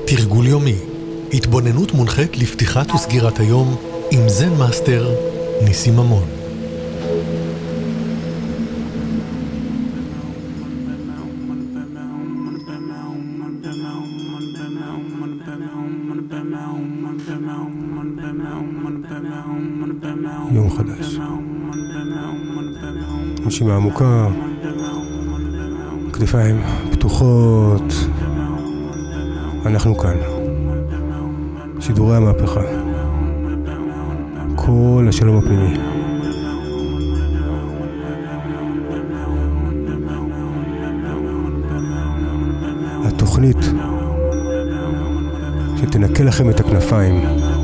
תרגול יומי, התבוננות מונחית לפתיחת וסגירת היום עם זן מאסטר ניסים ממון. יום חדש, נשימה עמוקה, כתפיים פתוחות. אנחנו כאן, שידורי המהפכה, כל השלום הפנימי. התוכנית שתנקה לכם את הכנפיים,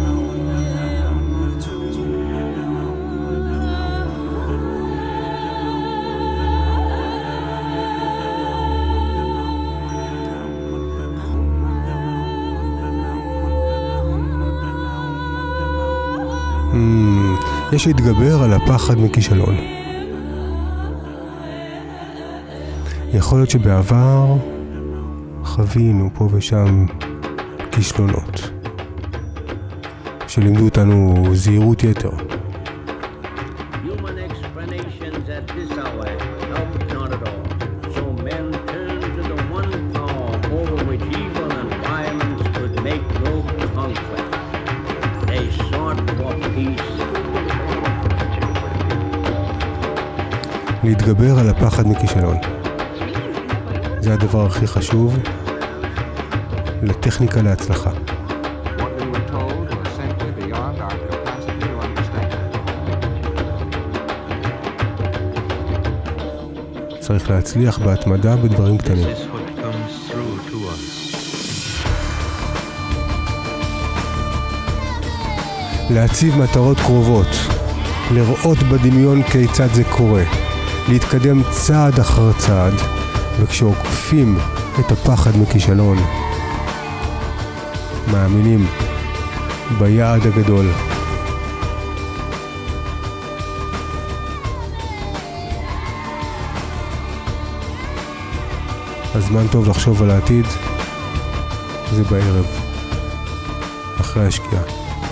יש להתגבר על הפחד מכישלון. יכול להיות שבעבר חווינו פה ושם כישלונות שלימדו אותנו זהירות יתר. להתגבר על הפחד מכישלון. זה הדבר הכי חשוב לטכניקה להצלחה. צריך להצליח בהתמדה בדברים קטנים. להציב מטרות קרובות, לראות בדמיון כיצד זה קורה. להתקדם צעד אחר צעד, וכשעוקפים את הפחד מכישלון, מאמינים ביעד הגדול. הזמן טוב לחשוב על העתיד זה בערב, אחרי השקיעה.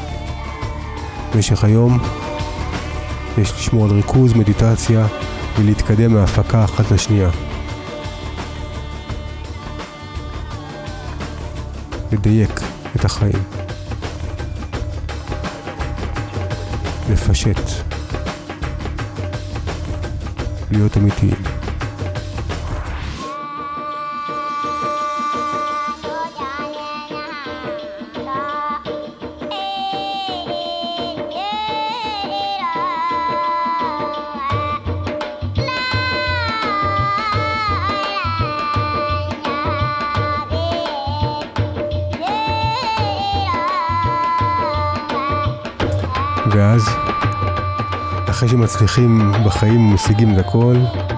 במשך היום יש לשמור על ריכוז, מדיטציה, ולהתקדם מההפקה אחת לשנייה. לדייק את החיים. לפשט. להיות אמיתיים. ואז, אחרי שמצליחים בחיים ומשיגים את הכל,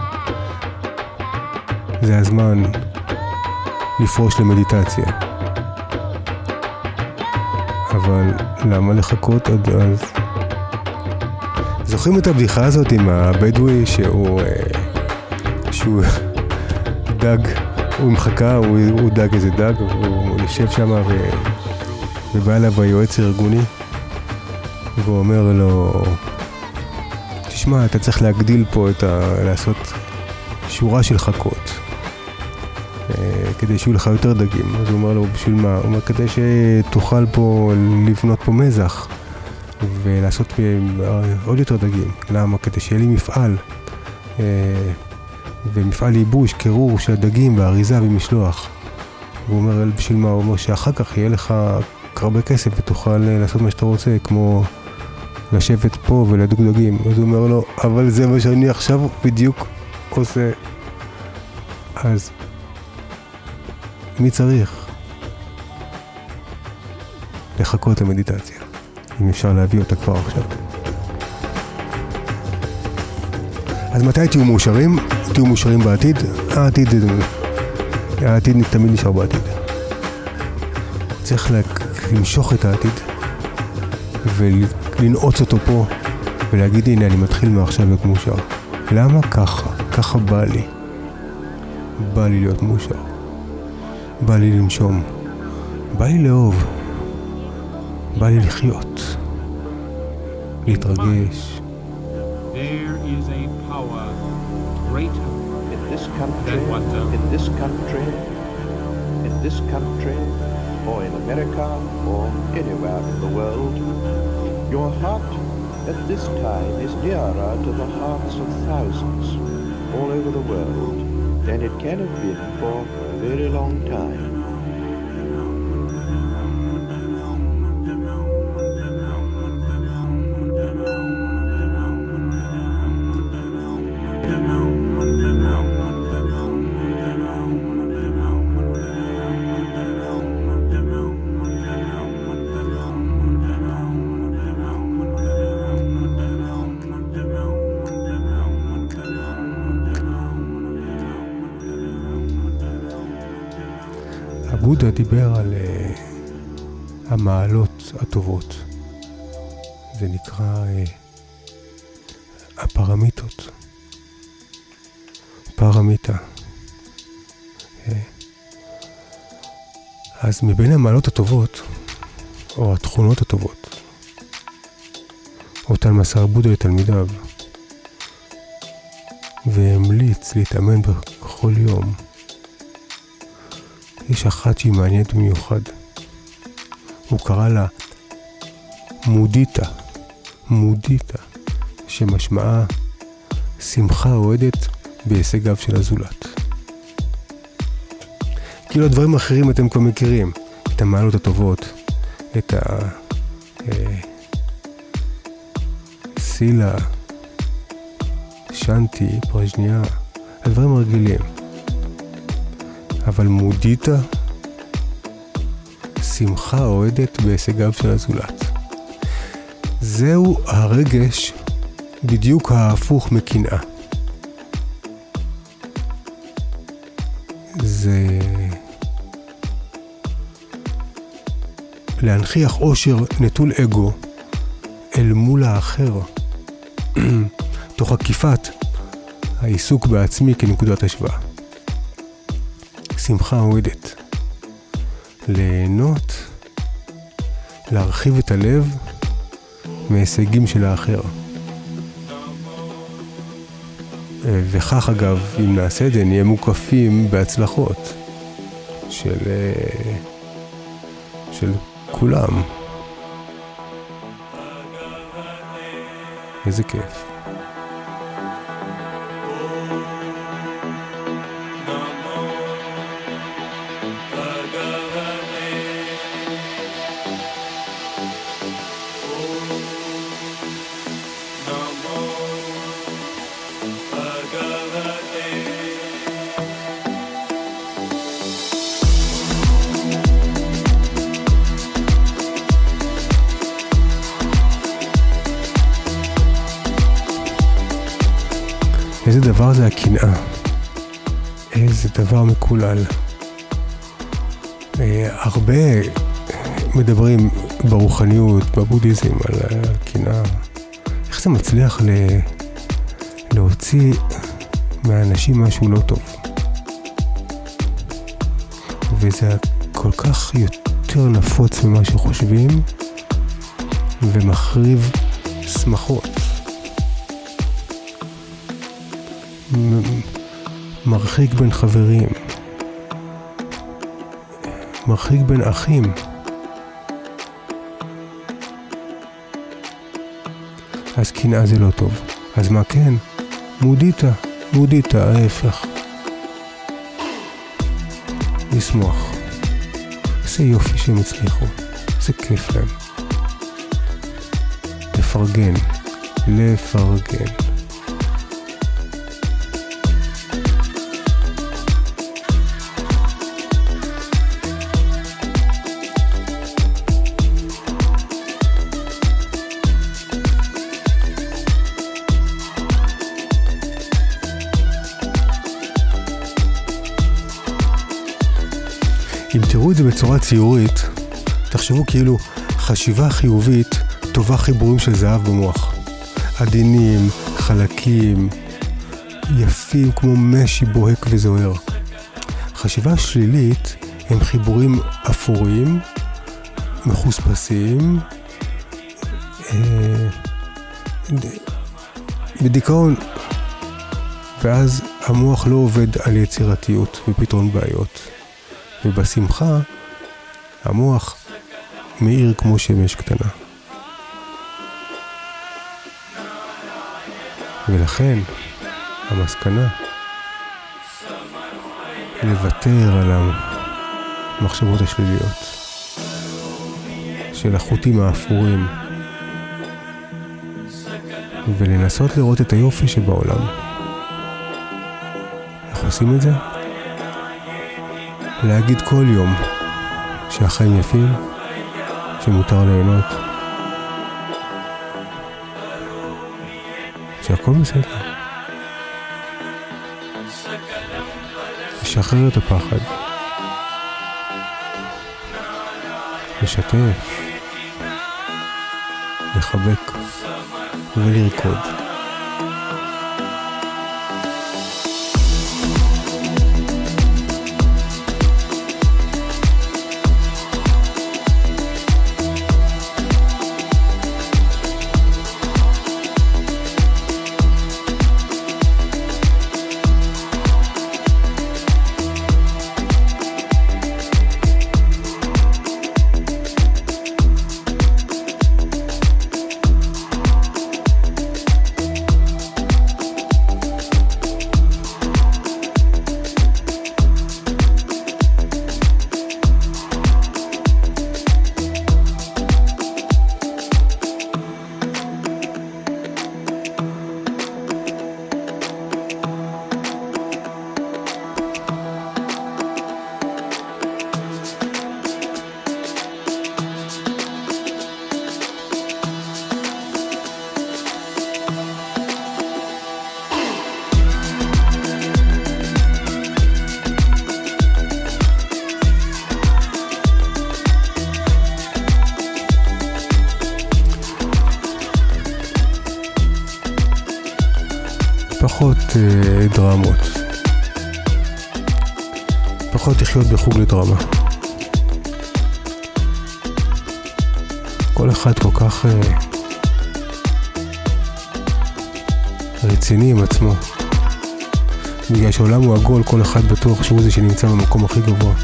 זה הזמן לפרוש למדיטציה. אבל למה לחכות עד אז? זוכרים את הבדיחה הזאת עם הבדואי שהוא דג, הוא מחכה, הוא דג איזה דג, הוא יושב שם ובא אליו היועץ הארגוני, והוא אומר לו, תשמע, אתה צריך להגדיל פה לעשות שורה של חכות כדי שיהיו לך יותר דגים. אז הוא אומר לו, בשביל מה? הוא אומר, כדי שתוכל פה לבנות פה מזח ולעשות עוד יותר דגים. למה? כדי שיהיה לי מפעל ומפעל ייבוש, קירור של הדגים באריזה ומשלוח. והוא אומר, בשביל מה? הוא אומר שאחר כך יהיה לך הרבה כסף ותוכל לעשות מה שאתה רוצה, כמו לשבת פה ולדוג דגים. אז הוא אומר לו, אבל זה מה שאני עכשיו בדיוק עושה. אז מי צריך לחכות למדיטציה, אם אפשר להביא אותה כבר עכשיו? אז מתי תהיו מאושרים? תהיו מאושרים בעתיד? העתיד תמיד נשאר בעתיד. צריך למשוך את העתיד ולנעוץ אותו פה ולהגיד, הנה אני מתחיל מעכשיו להיות מאושר. למה? ככה בא לי להיות מאושר. בא לי לנשום, בא לי לאהוב, בא לי לחיות, להתרגש. There is a power greater In this country, than one's own. in this country, in this country, or in America, or anywhere in the world, your heart at this time is nearer to the hearts of thousands all over the world than it can have been for a very long time. בודה דיבר על המעלות הטובות. זה נקרא הפרמיטות. פרמיטה. אז מבין המעלות הטובות, או התכונות הטובות, אותן מסר בודה לתלמידיו, והמליץ להתאמן בכל יום. יש אחת שהיא מעניינת במיוחד. הוא קרא לה מודיטה, שמשמעה שמחה אוהדת בהישגיו של הזולת. כאילו הדברים האחרים אתם כבר מכירים, את המעלות הטובות, את סילה, שנטי, פרז'ניה, הדברים הרגילים. אבל מודיטה, שמחה אוהדת בהישגיו של הזולת. זהו הרגש בדיוק ההפוך מקנאה. זה להנכיח עושר נטול אגו אל מול האחר, תוך עקיפת העיסוק בעצמי כנקודת השוואה. שמחה אוהדת. ליהנות, להרחיב את הלב מהישגים של האחר. וכך אגב, אם נעשה את זה, נהיה מוקפים בהצלחות של כולם. איזה כיף. איזה דבר זה הקנאה, איזה דבר מקולל. הרבה מדברים ברוחניות, בבודהיזם, על הקנאה. איך זה מצליח להוציא מהאנשים משהו לא טוב. וזה כל כך יותר נפוץ ממה שחושבים, ומחריב שמחות. מרחיק בין חברים, מרחיק בין אחים. אז קנאה זה לא טוב. אז מה כן? מודיטה, ההפך. לשמוח. איזה יופי שהם הצליחו. איזה כיף להם. לפרגן. אם תראו את זה בצורה ציורית, תחשבו כאילו חשיבה חיובית טובה חיבורים של זהב במוח. עדינים, חלקים, יפים כמו משי בוהק וזוהר. חשיבה שלילית הם חיבורים אפורים מחוספסים, בדיכאון, ואז המוח לא עובד על יצירתיות ופתרון בעיות, ובשמחה המוח מאיר כמו שמש קטנה. ולכן המסקנה לוותר על המחשבות השליליות של החוטים האפורים ולנסות לראות את היופי שבעולם. איך עושים את זה? להגיד כל יום שהחיים יפים, שמותר ליהנות, שהכל בסדר. לשחרר את הפחד, לשתף, לחבק ולרקוד. פחות דרמות, פחות לחיות בחוג לדרמה. כל אחד כל כך רציני עם עצמו, בגלל שהעולם הוא עגול, כל אחד בטוח שהוא זה שנמצא במקום הכי גבוה.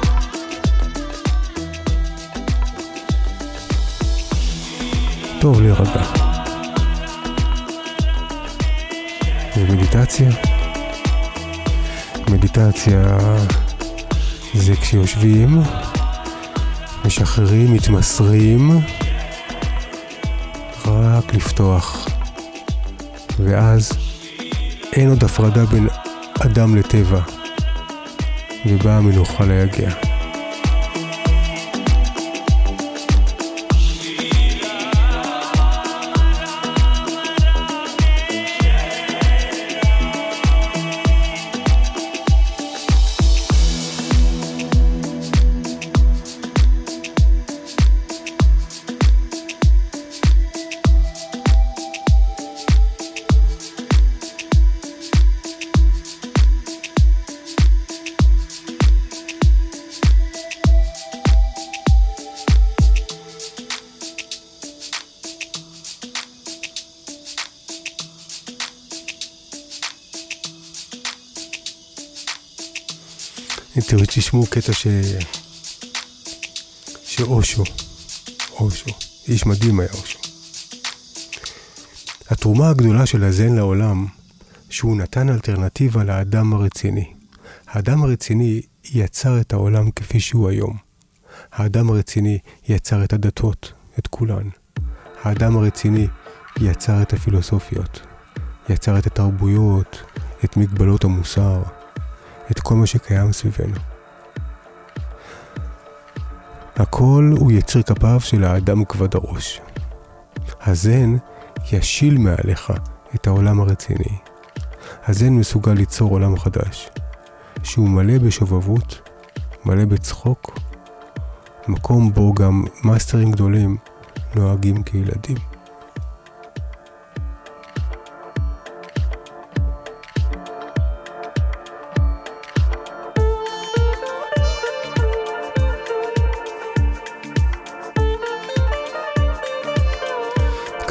טוב להירגע. ומדיטציה? מדיטציה זה כשיושבים, משחררים, מתמסרים, רק לפתוח. ואז אין עוד הפרדה בין אדם לטבע, ובאה המנוחה להגיע. תשמעו קטע שאושו, איש מדהים היה אושו. התרומה הגדולה של הזן לעולם, שהוא נתן אלטרנטיבה לאדם הרציני. האדם הרציני יצר את העולם כפי שהוא היום. האדם הרציני יצר את הדתות, את כולן. האדם הרציני יצר את הפילוסופיות, יצר את התרבויות, את מגבלות המוסר, את כל מה שקיים סביבנו. הכל הוא יציר כפיו של האדם כבד הראש. הזן ישיל מעליך את העולם הרציני. הזן מסוגל ליצור עולם חדש, שהוא מלא בשובבות, מלא בצחוק, מקום בו גם מאסטרים גדולים נוהגים כילדים.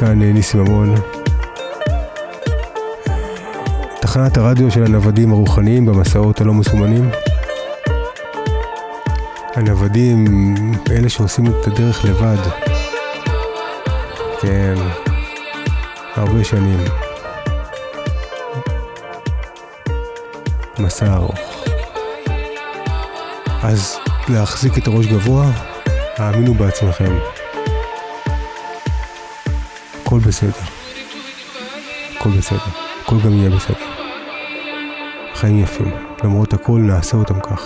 כאן ניסים ממון. תחנת הרדיו של הנוודים הרוחניים במסעות הלא מסומנים. הנוודים, אלה שעושים את הדרך לבד. כן, הרבה שנים. מסע ארוך. אז להחזיק את הראש גבוה, האמינו בעצמכם. הכל בסדר. הכל בסדר. הכל גם יהיה בסדר. חיים יפים. למרות הכל נעשה אותם כך.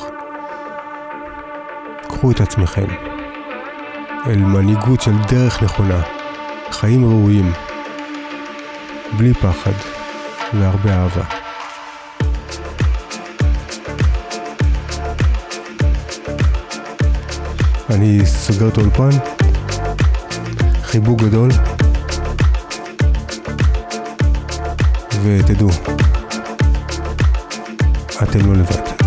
קחו את עצמכם אל מנהיגות של דרך נכונה. חיים ראויים. בלי פחד והרבה אהבה. אני סוגר את האולפן. חיבוק גדול. ותדעו, אתם לא לבד.